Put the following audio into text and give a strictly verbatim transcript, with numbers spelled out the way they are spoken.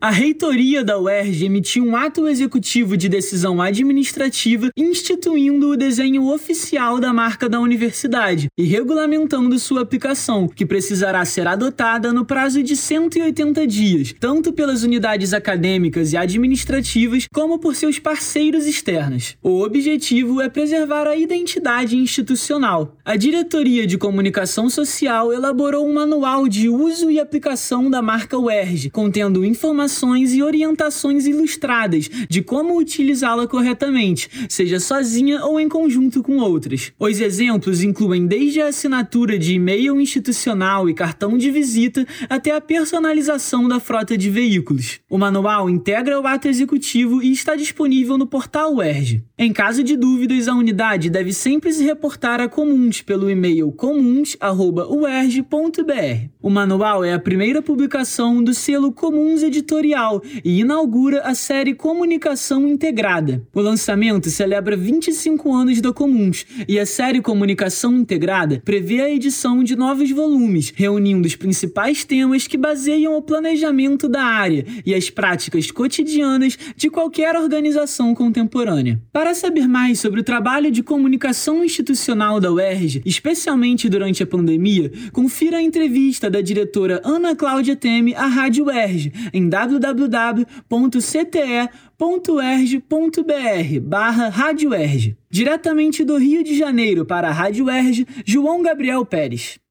A reitoria da U E R J emitiu um ato executivo de decisão administrativa instituindo o desenho oficial da marca da universidade e regulamentando sua aplicação, que precisará ser adotada no prazo de cento e oitenta dias, tanto pelas unidades acadêmicas e administrativas como por seus parceiros externos. O objetivo é preservar a identidade institucional. A Diretoria de Comunicação Social elaborou um manual de uso e aplicação da marca U E R J, contendo informações e orientações ilustradas de como utilizá-la corretamente, seja sozinha ou em conjunto com outras. Os exemplos incluem desde a assinatura de e-mail institucional e cartão de visita até a personalização da frota de veículos. O manual integra o ato executivo e está disponível no portal U E R J. Em caso de dúvidas, a unidade deve sempre se reportar a Comuns pelo e-mail comuns arroba u e r j ponto b r. O manual é a primeira publicação do selo Comuns Editorial e inaugura a série Comunicação Integrada. O lançamento celebra vinte e cinco anos da Comuns e a série Comunicação Integrada prevê a edição de novos volumes, reunindo os principais temas que baseiam o planejamento da área e as práticas cotidianas de qualquer organização contemporânea. Para saber mais sobre o trabalho de comunicação institucional da U E R J, especialmente durante a pandemia, confira a entrevista da diretora Ana Cláudia Teme à Rádio U E R J em w w w ponto c t e ponto u e r j ponto b r barra Rádio U E R J. Diretamente do Rio de Janeiro para a Rádio U E R J, João Gabriel Pérez.